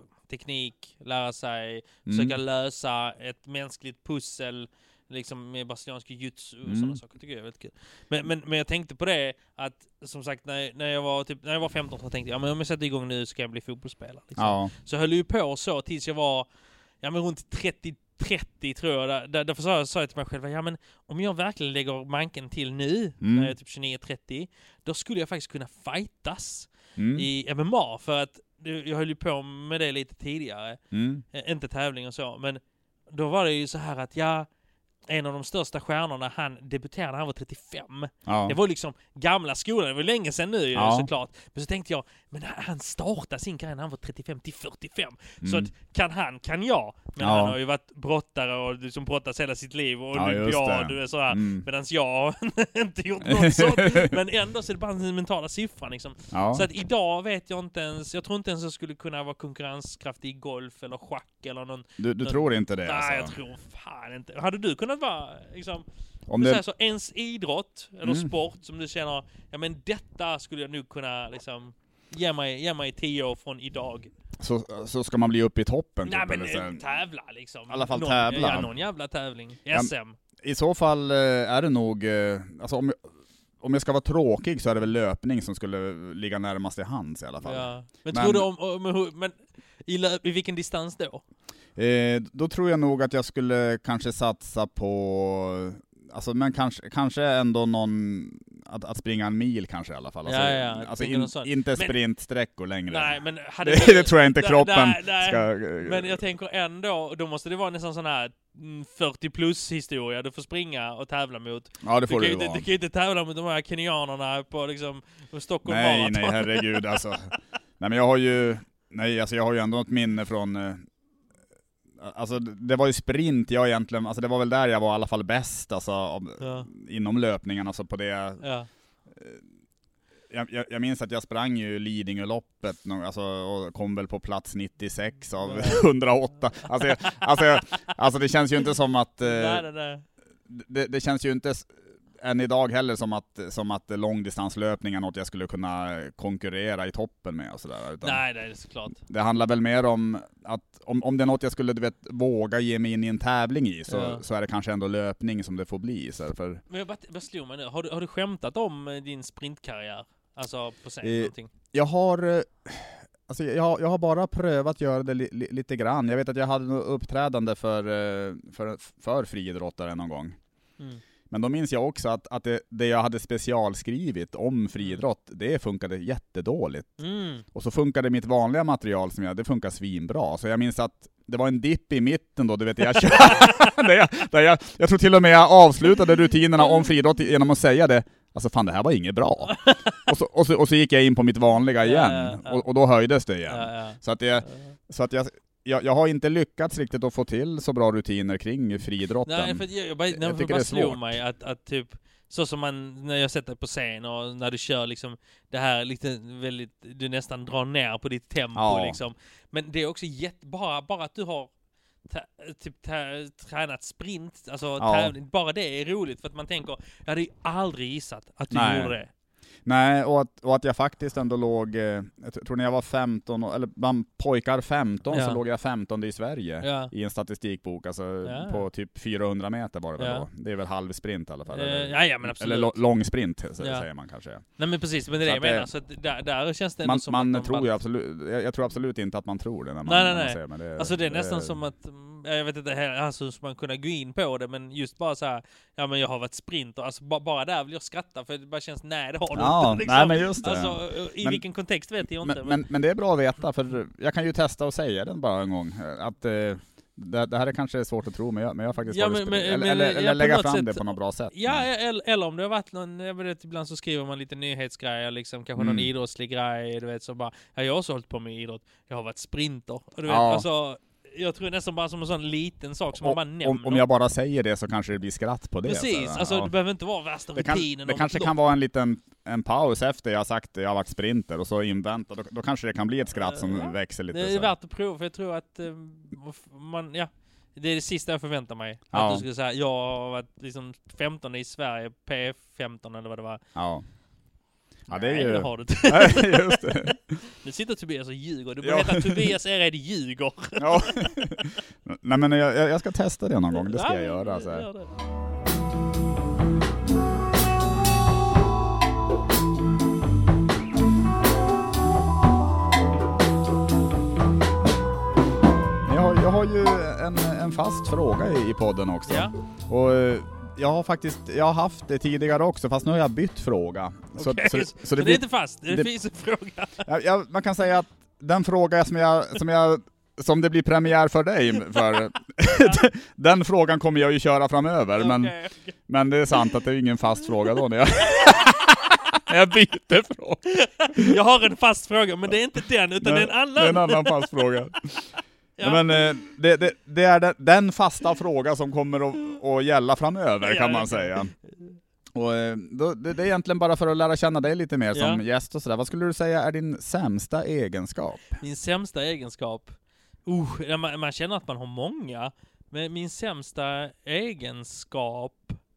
[SPEAKER 2] teknik, lära sig, mm. försöka lösa ett mänskligt pussel liksom med brasiliansk jiu-jitsu och mm. sådana saker, tycker jag är väldigt kul. Men, men, men jag tänkte på det att, som sagt, när, när, jag, var, typ, när jag var femton så tänkte jag, ja, men om jag sätter igång nu så kan jag bli fotbollsspelare. Liksom. Ja. Så höll jag ju på så tills jag var ja, men runt trettio trettio tror jag. Där, där, därför sa jag, sa jag till mig själv, ja men om jag verkligen lägger manken till nu, mm. när jag är typ tjugonio trettio, då skulle jag faktiskt kunna fightas mm. i M M A. För att jag höll ju på med det lite tidigare. Mm. Eh, inte tävling och så. Men då var det ju så här att jag en av de största stjärnorna, han debuterade när han var trettiofem. Ja. Det var liksom gamla skolan, det var länge sedan nu ja. såklart. Men så tänkte jag, men han startade sin karriär när han var trettiofem till fyrtiofem. Mm. Så att, kan han, kan jag. Men ja. han har ju varit brottare och liksom brottats hela sitt liv och
[SPEAKER 1] ja,
[SPEAKER 2] olympiad och så här. Mm. Medan jag inte gjort något sånt. Men ändå så är det bara den mentala siffran liksom. Ja. Så att idag vet jag inte ens, jag tror inte ens jag skulle kunna vara konkurrenskraftig i golf eller schack eller någon.
[SPEAKER 1] Du, du någon, tror inte det?
[SPEAKER 2] Nej,
[SPEAKER 1] alltså.
[SPEAKER 2] jag tror fan inte. Hade du kunnat vara liksom,
[SPEAKER 1] om
[SPEAKER 2] det
[SPEAKER 1] det...
[SPEAKER 2] så, ens idrott eller mm. sport som du känner, ja men detta skulle jag nu kunna liksom ge mig, ge mig tio år från idag.
[SPEAKER 1] Så, så ska man bli upp i toppen?
[SPEAKER 2] Nej,
[SPEAKER 1] typ,
[SPEAKER 2] men
[SPEAKER 1] eller
[SPEAKER 2] tävla liksom.
[SPEAKER 1] I alla fall
[SPEAKER 2] någon,
[SPEAKER 1] tävla.
[SPEAKER 2] Ja, någon jävla tävling. S M.
[SPEAKER 1] Ja, i så fall är det nog, alltså om, om jag ska vara tråkig så är det väl löpning som skulle ligga närmast i hands i alla fall. Ja.
[SPEAKER 2] Men, men tror du om, om men i, löp, i vilken distans då?
[SPEAKER 1] Eh, då tror jag nog att jag skulle kanske satsa på, alltså men kanske, kanske ändå någon, att, att springa en mil kanske i alla fall. Alltså,
[SPEAKER 2] ja, ja,
[SPEAKER 1] alltså in, inte sprintsträckor längre.
[SPEAKER 2] Nej, men hade
[SPEAKER 1] det, det tror jag inte kroppen
[SPEAKER 2] nej, nej,
[SPEAKER 1] ska...
[SPEAKER 2] Men jag tänker ändå, då måste det vara nästan sån här fyrtio plus historia. Du får springa och tävla mot.
[SPEAKER 1] Ja, det får
[SPEAKER 2] du,
[SPEAKER 1] du
[SPEAKER 2] kan,
[SPEAKER 1] vara.
[SPEAKER 2] Du, du kan inte tävla mot de här kenyanerna på liksom Stockholm
[SPEAKER 1] Nej,
[SPEAKER 2] Marathon.
[SPEAKER 1] nej, herregud alltså. Nej, men jag har ju, nej, alltså jag har ju ändå ett minne från... Alltså det var ju sprint jag egentligen, alltså det var väl där jag var i alla fall bäst alltså, ja. inom löpningen, alltså på det. Ja. Jag, jag, jag minns att jag sprang ju Lidingöloppet alltså, och kom väl på plats nittiosex av hundraåtta. Alltså, jag, alltså, jag, alltså det känns ju inte som att
[SPEAKER 2] nej, nej, nej.
[SPEAKER 1] Det, det känns ju inte än idag heller som att, som att långdistanslöpning är något jag skulle kunna konkurrera i toppen med och sådär. Utan
[SPEAKER 2] nej, nej, det är såklart.
[SPEAKER 1] Det handlar väl mer om att om, om det är något jag skulle du vet, våga ge mig in i en tävling i så, ja. så är det kanske ändå löpning som det får bli. Så för...
[SPEAKER 2] Men jag bara, bara slog mig nu. Har du, har du skämtat om din sprintkarriär? Alltså på scen, eh, någonting?
[SPEAKER 1] Jag har... Alltså jag, jag har bara prövat göra det li, li, lite grann. Jag vet att jag hade något uppträdande för, för, för friidrottare någon gång. Mm. Men då minns jag också att, att det, det jag hade specialskrivit om friidrott, det funkade jättedåligt. Mm. Och så funkade mitt vanliga material som jag, det funkar svinbra. Så jag minns att det var en dipp i mitten då, du vet, jag, där jag, där jag, jag tror till och med jag avslutade rutinerna om friidrott genom att säga det. Alltså fan, det här var inget bra. och, så, och, så, och så gick jag in på mitt vanliga igen. Ja, ja, ja. Och, och då höjdes det igen. Ja, ja. Så att, jag, så att jag, jag, jag har inte lyckats riktigt att få till så bra rutiner kring friidrotten. Nej, för jag, jag, bara, jag, jag tycker det är svårt.
[SPEAKER 2] Mig att, att typ, så som man, när jag sätter på scen och när du kör liksom det här lite väldigt, du nästan drar ner på ditt tempo ja. liksom. Men det är också jätte, bara, bara att du har Ta, typ ta, tränat sprint, alltså ja. tävling, bara det är roligt för att man tänker, jag hade ju aldrig gissat att du Nej. gjorde det.
[SPEAKER 1] Nej, och att, och att jag faktiskt ändå låg, eh, jag tror när jag var femton, eller bland pojkar femton, ja. så låg jag femton i Sverige ja. i en statistikbok, alltså ja. på typ fyrahundra meter var det väl ja. då. Det är väl halvsprint i alla fall.
[SPEAKER 2] Eh,
[SPEAKER 1] eller
[SPEAKER 2] ja, ja, men absolut.
[SPEAKER 1] Eller lång sprint ja. säger man kanske.
[SPEAKER 2] Nej men precis, men det är det jag menar, så att där, där känns det
[SPEAKER 1] man,
[SPEAKER 2] som
[SPEAKER 1] man
[SPEAKER 2] att
[SPEAKER 1] tror ju absolut, jag, jag tror absolut inte att man tror det när man,
[SPEAKER 2] nej, nej,
[SPEAKER 1] när man
[SPEAKER 2] nej.
[SPEAKER 1] säger, men det,
[SPEAKER 2] alltså det är
[SPEAKER 1] det,
[SPEAKER 2] nästan det, som att, jag vet inte, alltså man kunna gå in på det, men just bara så här, ja men jag har varit sprinter, alltså bara, bara där vill jag skratta, för det bara känns, nej det har du
[SPEAKER 1] ja,
[SPEAKER 2] inte. Liksom.
[SPEAKER 1] Nej, men just det.
[SPEAKER 2] Alltså, i men, vilken kontext vet jag inte.
[SPEAKER 1] Men, men, men det är bra att veta, för jag kan ju testa och säga den bara en gång, att eh, det, det här är kanske svårt att tro, men jag, men jag har faktiskt ja, men, men, eller, men, eller, eller ja, lägga fram sätt, det på något bra sätt.
[SPEAKER 2] Ja, eller, eller om det har varit någon, jag vet, ibland så skriver man lite nyhetsgrejer, liksom, kanske mm. någon idrottslig grej, du vet, så bara, ja, jag har också hållit på med idrott, jag har varit sprinter, och du vet, ja. alltså, jag tror nästan bara som en sån liten sak som och, man bara nämner.
[SPEAKER 1] Om, om jag bara säger det så kanske det blir skratt på det.
[SPEAKER 2] Precis, så, alltså ja. det behöver inte vara värsta
[SPEAKER 1] det kan,
[SPEAKER 2] rutinen.
[SPEAKER 1] Det kanske kan vara en liten en paus efter jag har sagt att jag har varit sprinter och så invänta, då, då kanske det kan bli ett skratt som uh, växer lite.
[SPEAKER 2] Det är
[SPEAKER 1] så.
[SPEAKER 2] värt att prova, för jag tror att uh, man, ja, Det är det sista jag förväntar mig.
[SPEAKER 1] Ja.
[SPEAKER 2] Att du skulle säga, jag har varit liksom femton i Sverige, P F femton eller vad det var.
[SPEAKER 1] Ja. Ja, det är
[SPEAKER 2] Nej,
[SPEAKER 1] ju...
[SPEAKER 2] det har du inte.
[SPEAKER 1] Nej, just det.
[SPEAKER 2] Nu sitter Tobias och ljuger. Du borde
[SPEAKER 1] Ja.
[SPEAKER 2] heta Tobias Ered ljuger.
[SPEAKER 1] Ja. Nej, men jag, jag ska testa det någon gång, det ska jag göra. Så här.
[SPEAKER 2] Gör det.
[SPEAKER 1] Jag har, jag har ju en, en fast fråga i, i podden också.
[SPEAKER 2] Ja.
[SPEAKER 1] Och eh, jag har faktiskt, jag har haft det tidigare också, fast nu har jag bytt fråga. Så,
[SPEAKER 2] Okej,
[SPEAKER 1] så,
[SPEAKER 2] så,
[SPEAKER 1] så,
[SPEAKER 2] så det,
[SPEAKER 1] blir-
[SPEAKER 2] är inte fast, det,
[SPEAKER 1] det-
[SPEAKER 2] finns en fråga.
[SPEAKER 1] jag, jag, man kan säga att den fråga som jag, som jag som det blir premiär för dig för, den frågan kommer jag ju köra framöver, men,
[SPEAKER 2] Okej, okej.
[SPEAKER 1] men det är sant att det är ingen fast fråga då när jag, jag byter fråga.
[SPEAKER 2] Jag har en fast fråga, men det är inte den, utan det är en annan.
[SPEAKER 1] Det är en annan fast fråga.
[SPEAKER 2] Ja.
[SPEAKER 1] Ja, men eh, det, det, det är den, den fasta fråga som kommer att, att gälla framöver, kan man säga. Och eh, då, det, det är egentligen bara för att lära känna dig lite mer som
[SPEAKER 2] Ja.
[SPEAKER 1] gäst och sådär. Vad skulle du säga är din sämsta egenskap?
[SPEAKER 2] Min sämsta egenskap? Uh, ja, man, man känner att man har många. Men min sämsta egenskap...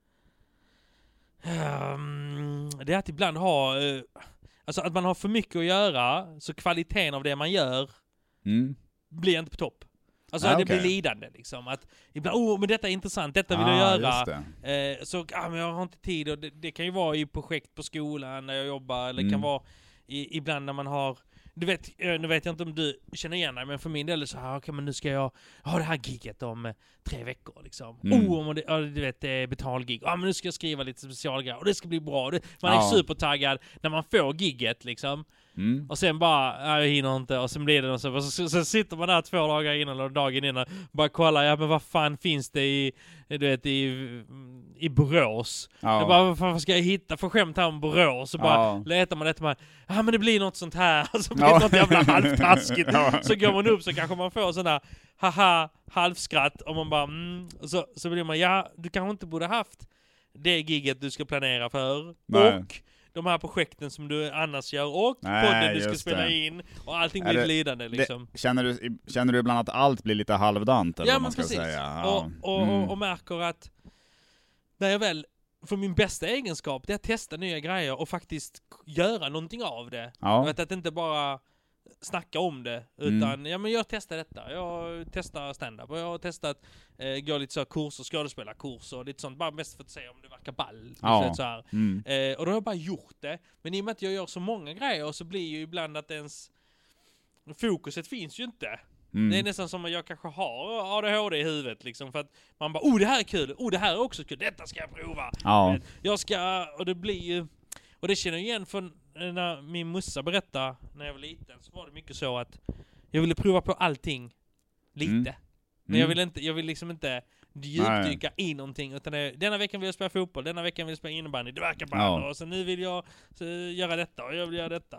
[SPEAKER 2] Um, det är att ibland ha... Uh, alltså att man har för mycket att göra, så kvaliteten av det man gör
[SPEAKER 1] Mm.
[SPEAKER 2] blir inte på topp. Alltså
[SPEAKER 1] Ah,
[SPEAKER 2] det
[SPEAKER 1] okej.
[SPEAKER 2] blir lidande liksom. Att ibland, oh men detta är intressant, detta vill
[SPEAKER 1] Ah,
[SPEAKER 2] jag göra.
[SPEAKER 1] just det.
[SPEAKER 2] Eh, så ah, men jag har inte tid. Och det, det kan ju vara i projekt på skolan när jag jobbar. Eller det
[SPEAKER 1] Mm.
[SPEAKER 2] kan vara i, ibland när man har... Du vet, eh, nu vet jag inte om du känner igen dig, men för min del är det så här, okej men nu ska jag ha det här giget om eh, tre veckor liksom.
[SPEAKER 1] Mm.
[SPEAKER 2] Oh, om det, ja, du vet, det är betalgig. Ja, men nu ska jag skriva lite specialgrejer och det ska bli bra. Det, man är
[SPEAKER 1] Ja.
[SPEAKER 2] supertaggad när man får gigget liksom.
[SPEAKER 1] Mm.
[SPEAKER 2] Och sen bara, ja, jag hinner inte, och sen blir det något så, och så, så, så sitter man där två dagar innan eller dagen innan, bara kollar, ja men vad fan finns det i, du vet, i, i Borås?
[SPEAKER 1] Ja.
[SPEAKER 2] Jag bara, vad fan ska jag hitta för skämt här om Borås? Så bara
[SPEAKER 1] Ja.
[SPEAKER 2] letar man efter, man, ja men det blir något sånt här, och så blir
[SPEAKER 1] Ja.
[SPEAKER 2] det något jävla halvtaskigt.
[SPEAKER 1] Ja.
[SPEAKER 2] Så går man upp så kanske man får sån där, haha, halvskratt, och man bara, mm, och så, så blir man, ja, du kanske inte borde haft det giget du ska planera för,
[SPEAKER 1] Nej.
[SPEAKER 2] och de här projekten som du annars gör, och
[SPEAKER 1] Nej,
[SPEAKER 2] podden du ska
[SPEAKER 1] just
[SPEAKER 2] spela
[SPEAKER 1] det.
[SPEAKER 2] in, och allting
[SPEAKER 1] Är
[SPEAKER 2] blir
[SPEAKER 1] det-
[SPEAKER 2] lidande liksom.
[SPEAKER 1] Det, känner, du, känner du ibland att allt blir lite halvdant? Eller
[SPEAKER 2] Ja
[SPEAKER 1] vad
[SPEAKER 2] men
[SPEAKER 1] man ska
[SPEAKER 2] precis.
[SPEAKER 1] säga? Ja.
[SPEAKER 2] Och, och,
[SPEAKER 1] Mm.
[SPEAKER 2] och, och märker att när jag väl, för min bästa egenskap, det är att testa nya grejer och faktiskt k- göra någonting av det. Jag
[SPEAKER 1] Ja.
[SPEAKER 2] vet att inte bara snacka om det, utan ja men jag testar detta. Jag testar stand-up och jag har testat eh, gå lite så här kurser, skådespelarkurser och lite sånt, bara mest för att se om det verkar ball.
[SPEAKER 1] Ja.
[SPEAKER 2] Så, så här.
[SPEAKER 1] Mm.
[SPEAKER 2] Eh, och då har jag bara gjort det. Men i och med att jag gör så många grejer så blir ju ibland att ens fokuset finns ju inte.
[SPEAKER 1] Mm.
[SPEAKER 2] Det är nästan som att jag kanske har A D H D i huvudet liksom, för att man bara, oh det här är kul, oh det här är också kul, detta ska jag prova.
[SPEAKER 1] Ja.
[SPEAKER 2] Jag ska, och det blir ju, och det känner jag igen från när min mussa berättade när jag var liten, så var det mycket så att jag ville prova på allting lite.
[SPEAKER 1] Mm.
[SPEAKER 2] Men jag
[SPEAKER 1] Mm.
[SPEAKER 2] vill inte, jag vill liksom inte djupdyka i någonting, utan det, denna veckan vill jag spela fotboll, denna veckan vill jag spela innebandy, det verkar ball,
[SPEAKER 1] Ja.
[SPEAKER 2] och så nu vill jag så, göra detta och jag vill göra detta.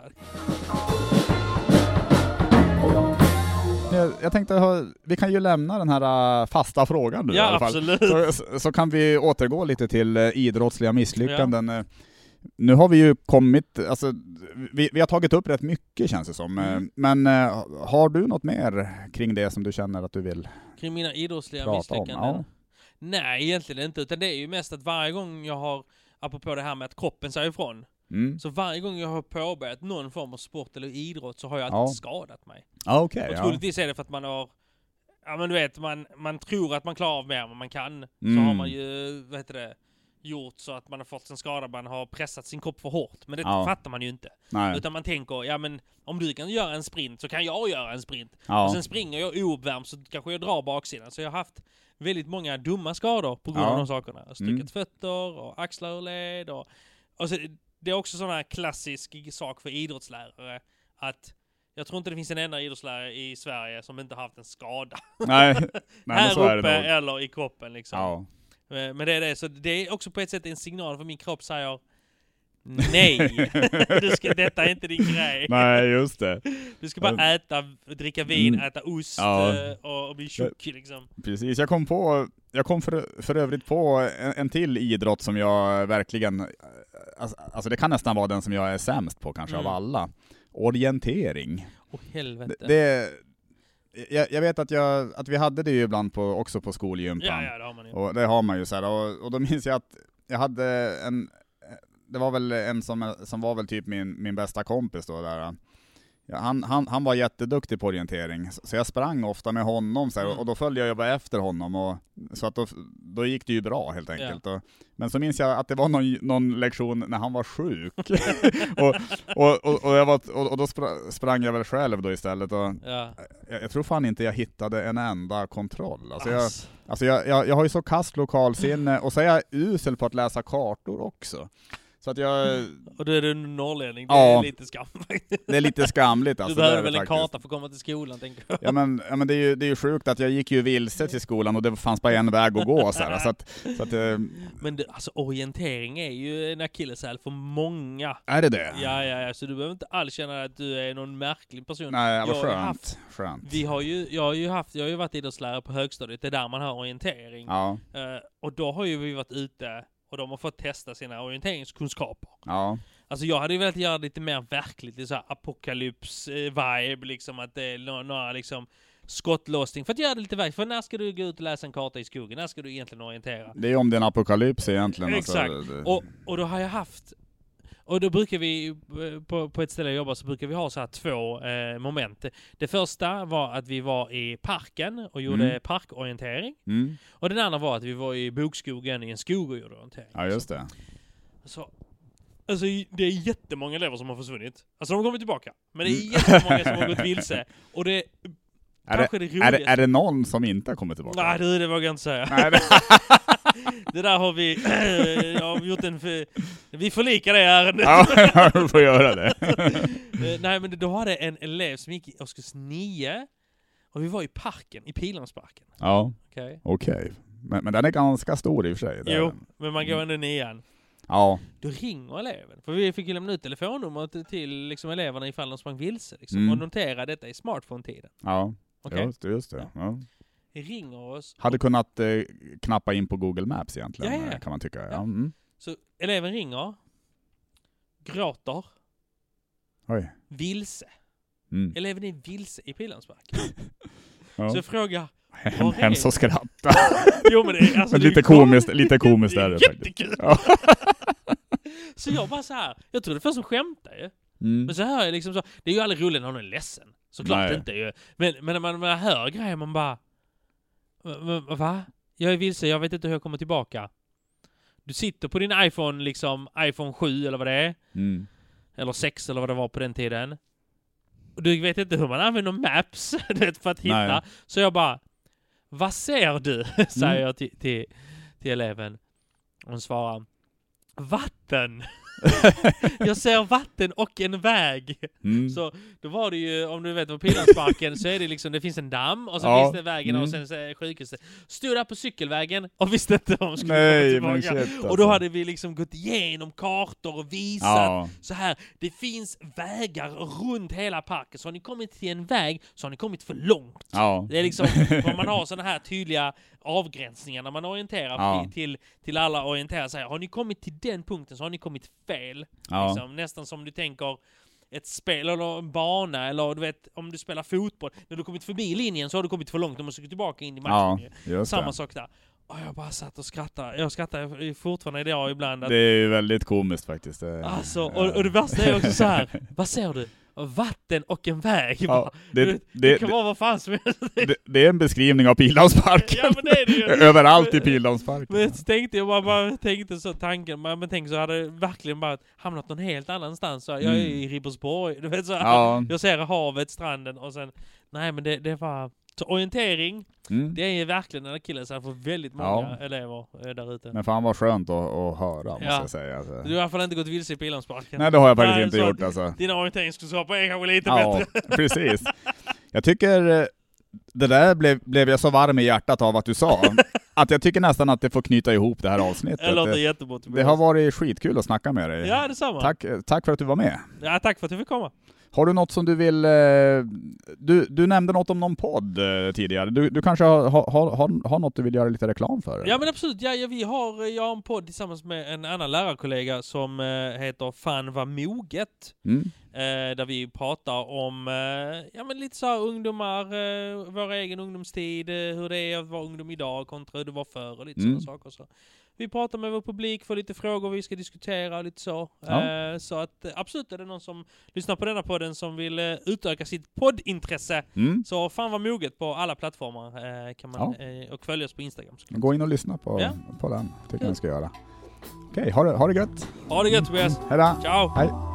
[SPEAKER 1] Jag, jag tänkte, ha- vi kan ju lämna den här äh, fasta frågan nu i
[SPEAKER 2] Ja,
[SPEAKER 1] alla fall.
[SPEAKER 2] absolut.
[SPEAKER 1] Så, så kan vi återgå lite till äh, idrottsliga misslyckanden. Äh, Nu har vi ju kommit, alltså, vi, vi har tagit upp rätt mycket känns det som.
[SPEAKER 2] Mm.
[SPEAKER 1] Äh, Men äh, har du något mer kring det som du känner att du vill
[SPEAKER 2] Kring mina idrottsliga
[SPEAKER 1] prata om?
[SPEAKER 2] misslyckanden?
[SPEAKER 1] Ja.
[SPEAKER 2] Nej, egentligen inte. Utan det är ju mest att varje gång jag har, apropå det här med att kroppen säger ifrån,
[SPEAKER 1] Mm.
[SPEAKER 2] så varje gång jag har påbörjat någon form av sport eller idrott så har jag alltid
[SPEAKER 1] Ja.
[SPEAKER 2] skadat mig.
[SPEAKER 1] Ja, okej.
[SPEAKER 2] Och
[SPEAKER 1] ja.
[SPEAKER 2] troligtvis är det för att man har, ja men du vet, man, man tror att man klarar av mer än vad man kan. Så
[SPEAKER 1] Mm.
[SPEAKER 2] har man ju, vad heter det, gjort så att man har fått en skada, man har pressat sin kropp för hårt. Men det
[SPEAKER 1] Ja.
[SPEAKER 2] fattar man ju inte.
[SPEAKER 1] Nej.
[SPEAKER 2] Utan man tänker, ja men om du kan göra en sprint så kan jag göra en sprint.
[SPEAKER 1] Ja.
[SPEAKER 2] Och sen springer jag ouppvärmd så kanske jag drar baksidan. Så jag har haft väldigt många dumma skador på grund
[SPEAKER 1] Ja.
[SPEAKER 2] av de sakerna. Jag har stuckit
[SPEAKER 1] Mm.
[SPEAKER 2] fötter och axlar ur led. Och, och så, det är också sån här klassisk sak för idrottslärare. Att jag tror inte det finns en enda idrottslärare i Sverige som inte har haft en skada.
[SPEAKER 1] Nej, Nej men
[SPEAKER 2] Här
[SPEAKER 1] så är
[SPEAKER 2] uppe
[SPEAKER 1] det nog.
[SPEAKER 2] eller i kroppen liksom.
[SPEAKER 1] Ja.
[SPEAKER 2] Men det är det. Så det är också på ett sätt en signal för min kropp säger nej, du ska, detta är inte din grej.
[SPEAKER 1] Nej, just det.
[SPEAKER 2] Du ska bara äta, dricka vin,
[SPEAKER 1] Mm.
[SPEAKER 2] äta ost
[SPEAKER 1] Ja.
[SPEAKER 2] eh, och, och bli tjock liksom.
[SPEAKER 1] Precis, jag kom på, jag kom för, för övrigt på en, en till idrott som jag verkligen, alltså, alltså det kan nästan vara den som jag är sämst på kanske
[SPEAKER 2] Mm.
[SPEAKER 1] av alla. Orientering.
[SPEAKER 2] Åh helvete.
[SPEAKER 1] Det, det, jag, jag vet att, jag, att vi hade det ju ibland på, också på skolgympan.
[SPEAKER 2] Ja, ja, det har man ju.
[SPEAKER 1] Och det har man ju så här, och, och då minns jag att jag hade en, det var väl en som, som var väl typ min, min bästa kompis då där. Ja, han, han, han var jätteduktig på orientering, så jag sprang ofta med honom så här, mm. och då följde jag bara efter honom, och, så att då, då gick det ju bra helt enkelt. Ja. Och, men så minns jag att det var någon, någon lektion när han var sjuk. och, och, och, och, jag var, och, och då sprang jag väl själv då istället. Och
[SPEAKER 2] ja.
[SPEAKER 1] jag, jag tror fan inte jag hittade en enda kontroll. Alltså jag, alltså jag, jag, jag har ju så kast lokalsinne, och så är jag usel på att läsa kartor också. Så att jag...
[SPEAKER 2] Och då är du en norrlänning, det
[SPEAKER 1] ja,
[SPEAKER 2] är lite skam.
[SPEAKER 1] Det är lite skamligt alltså.
[SPEAKER 2] Du behöver väl en
[SPEAKER 1] faktiskt.
[SPEAKER 2] karta för att komma till skolan, tänker jag.
[SPEAKER 1] Ja men, ja, men det är ju det är ju sjukt att jag gick ju vilse till skolan och det fanns bara en väg att gå så här, så att, så att eh...
[SPEAKER 2] Men det, alltså orientering är ju en akilleshäl för många.
[SPEAKER 1] Är det det?
[SPEAKER 2] Ja, ja, ja, så du behöver inte alls känna att du är någon märklig person.
[SPEAKER 1] Nej, vad skönt.
[SPEAKER 2] Haft,
[SPEAKER 1] skönt.
[SPEAKER 2] Vi har ju, jag har ju haft, jag har ju varit idrottslärare på högstadiet, det är där man har orientering.
[SPEAKER 1] Ja.
[SPEAKER 2] Uh, och då har ju vi varit ute och de har fått testa sina orienteringskunskaper.
[SPEAKER 1] Ja.
[SPEAKER 2] Alltså jag hade ju velat göra lite mer verkligt, lite så här apokalyps-vibe, liksom att det är några, några liksom skottlåsning. För att göra det lite verkligt. För när ska du gå ut och läsa en karta i skogen? När ska du egentligen orientera?
[SPEAKER 1] Det är om det är en apokalyps egentligen.
[SPEAKER 2] Exakt.
[SPEAKER 1] Alltså, det...
[SPEAKER 2] och, och då har jag haft... Och då brukar vi, på, på ett ställe jag jobbar, så brukar vi ha så här två eh, moment. Det första var att vi var i parken och gjorde mm. parkorientering.
[SPEAKER 1] Mm.
[SPEAKER 2] Och den andra var att vi var i bokskogen i en skog och gjorde orientering.
[SPEAKER 1] Ja, just det.
[SPEAKER 2] Så, alltså det är jättemånga elever som har försvunnit. Alltså de kommer tillbaka. Men det är jättemånga som har gått vilse. Och det
[SPEAKER 1] är det, det är, det, är det någon som inte har kommit tillbaka?
[SPEAKER 2] Nej, det, det vågar jag inte säga.
[SPEAKER 1] Nej, det...
[SPEAKER 2] det där har vi jag har gjort en för, vi får lika det ärendet.
[SPEAKER 1] Ja, vi får göra det.
[SPEAKER 2] Nej, men då var det en elev som gick i årskurs nio och vi var i parken, i Pildammsparken.
[SPEAKER 1] Ja,
[SPEAKER 2] okej.
[SPEAKER 1] Okay. Okay. Men, men den är ganska stor i och för sig.
[SPEAKER 2] Jo, den. Men man går ändå nian.
[SPEAKER 1] Ja.
[SPEAKER 2] Då ringer eleven. För vi fick ju lämna ut telefonnummer till, till liksom eleverna ifall de sprang vilse. Liksom, mm. Och notera detta i smartphone-tiden.
[SPEAKER 1] Ja,
[SPEAKER 2] okay.
[SPEAKER 1] just det. Just det. Ja.
[SPEAKER 2] Ringer oss.
[SPEAKER 1] Hade och... kunnat eh, knappa in på Google Maps egentligen,
[SPEAKER 2] ja, ja.
[SPEAKER 1] kan man tycka. Ja.
[SPEAKER 2] Ja.
[SPEAKER 1] Mm.
[SPEAKER 2] Så eleven ringer, gråter,
[SPEAKER 1] Oj.
[SPEAKER 2] vilse.
[SPEAKER 1] Mm.
[SPEAKER 2] Eleven är vilse i Pildammsparken.
[SPEAKER 1] Ja.
[SPEAKER 2] Så jag frågar...
[SPEAKER 1] Hem, hemskt att skratta.
[SPEAKER 2] Jo, men det, alltså,
[SPEAKER 1] men lite,
[SPEAKER 2] det är
[SPEAKER 1] komiskt, lite komiskt
[SPEAKER 2] det
[SPEAKER 1] är
[SPEAKER 2] det
[SPEAKER 1] det
[SPEAKER 2] jättekul.
[SPEAKER 1] Ja.
[SPEAKER 2] Så jag bara så här, jag trodde först som skämtar ju.
[SPEAKER 1] Mm.
[SPEAKER 2] Men så hör jag liksom så, det är ju aldrig roligt när någon är ledsen. Såklart Nej. inte ju. Men, men när man, man hör grejer, man bara... Va? Jag är vilse, jag vet inte hur jag kommer tillbaka. Du sitter på din iPhone, liksom iPhone sju eller vad det är.
[SPEAKER 1] Mm.
[SPEAKER 2] Eller sex eller vad det var på den tiden. Och du vet inte hur man använder Maps för att hitta. Nej. Så jag bara, vad ser du? Säger mm. jag till, till, till eleven. Och hon svarar, vatten. Jag ser vatten och en väg. Mm. Så då var det ju, om du vet på Pildammsparken, så är det liksom, det finns en damm och så ja. finns det vägen mm. och sen så är sjukhuset. Stod där på cykelvägen och visste inte om de skulle
[SPEAKER 1] Nej,
[SPEAKER 2] komma tillbaka.
[SPEAKER 1] Men shit, alltså.
[SPEAKER 2] Och då hade vi liksom gått igenom kartor och visat ja. så här, det finns vägar runt hela parken. Så har ni kommit till en väg så har ni kommit för långt.
[SPEAKER 1] Ja.
[SPEAKER 2] Det är liksom, om man har sådana här tydliga avgränsningar när man orienterar ja. till, till alla orienterar sig. Har ni kommit till den punkten så har ni kommit fel. Ja. Liksom, nästan som du tänker ett spel eller en bana, eller du vet, om du spelar fotboll. När du kommit förbi linjen så har du kommit för långt och måste gå tillbaka in i matchen. Ja, samma det. sak där. Och jag bara satt och skrattade. Jag skrattar fortfarande idag ibland. Att...
[SPEAKER 1] Det är ju väldigt komiskt faktiskt. Det...
[SPEAKER 2] Alltså, och, och det värsta är också så här. Vad ser du? Vatten och en väg.
[SPEAKER 1] Ja, det,
[SPEAKER 2] det,
[SPEAKER 1] det,
[SPEAKER 2] det kan vara vad fan som helst.
[SPEAKER 1] Det, det är en beskrivning av Pildammsparken.
[SPEAKER 2] Ja, men det är det ju.
[SPEAKER 1] Överallt i Pildammsparken.
[SPEAKER 2] Men jag tänkte, jag bara, bara tänkte så tanken, men tänk så hade jag verkligen bara hamnat någon helt annanstans. Så jag är i Ribersborg, du vet så. Ja. Jag ser havet, stranden och sen, nej men det, det var... Så orientering, mm. det är verkligen en akilleshäl för väldigt många ja. elever där ute.
[SPEAKER 1] Men fan vad skönt att, att höra, måste ja. jag säga. Alltså.
[SPEAKER 2] Du har i alla fall inte gått vilse i Pildammsparken.
[SPEAKER 1] Nej, det har jag faktiskt Nej, inte gjort. Alltså.
[SPEAKER 2] Dina orienteringskunskaper är kanske lite
[SPEAKER 1] ja,
[SPEAKER 2] bättre.
[SPEAKER 1] Precis. Jag tycker Det där blev, blev jag så varm i hjärtat av att du sa. Att jag tycker nästan att det får knyta ihop det här avsnittet.
[SPEAKER 2] Det låter jättebra.
[SPEAKER 1] Det har varit skitkul att snacka med dig.
[SPEAKER 2] Ja, detsamma.
[SPEAKER 1] Tack, tack för att du var med.
[SPEAKER 2] Ja, tack för att du fick komma.
[SPEAKER 1] Har du något som du vill... Du, du nämnde något om någon podd tidigare. Du, du kanske har, har, har, har något du vill göra lite reklam för?
[SPEAKER 2] Ja, men absolut. Ja, ja, vi har, jag har en podd tillsammans med en annan lärarkollega som eh, heter Fan vad moget.
[SPEAKER 1] Mm.
[SPEAKER 2] Eh, där vi pratar om eh, ja, men lite så här ungdomar, eh, vår egen ungdomstid, eh, hur det är att vara ungdom idag kontra hur det var förr och lite
[SPEAKER 1] Mm.
[SPEAKER 2] sådana saker. Så. Vi pratar med vår publik, får lite frågor vi ska diskutera och lite så.
[SPEAKER 1] Ja.
[SPEAKER 2] Eh, så att eh, absolut är det någon som lyssnar på denna podden som vill eh, utöka sitt poddintresse.
[SPEAKER 1] Mm.
[SPEAKER 2] Så fan vad moget på alla plattformar eh, kan man,
[SPEAKER 1] Ja.
[SPEAKER 2] eh, och följa oss på Instagram.
[SPEAKER 1] Gå in och lyssna på,
[SPEAKER 2] Ja.
[SPEAKER 1] på den. Tycker jag ni ska göra. Okej, ha det, ha det gött.
[SPEAKER 2] Ha det gött, Tobias.
[SPEAKER 1] Hej då.
[SPEAKER 2] Ciao.
[SPEAKER 1] Hej.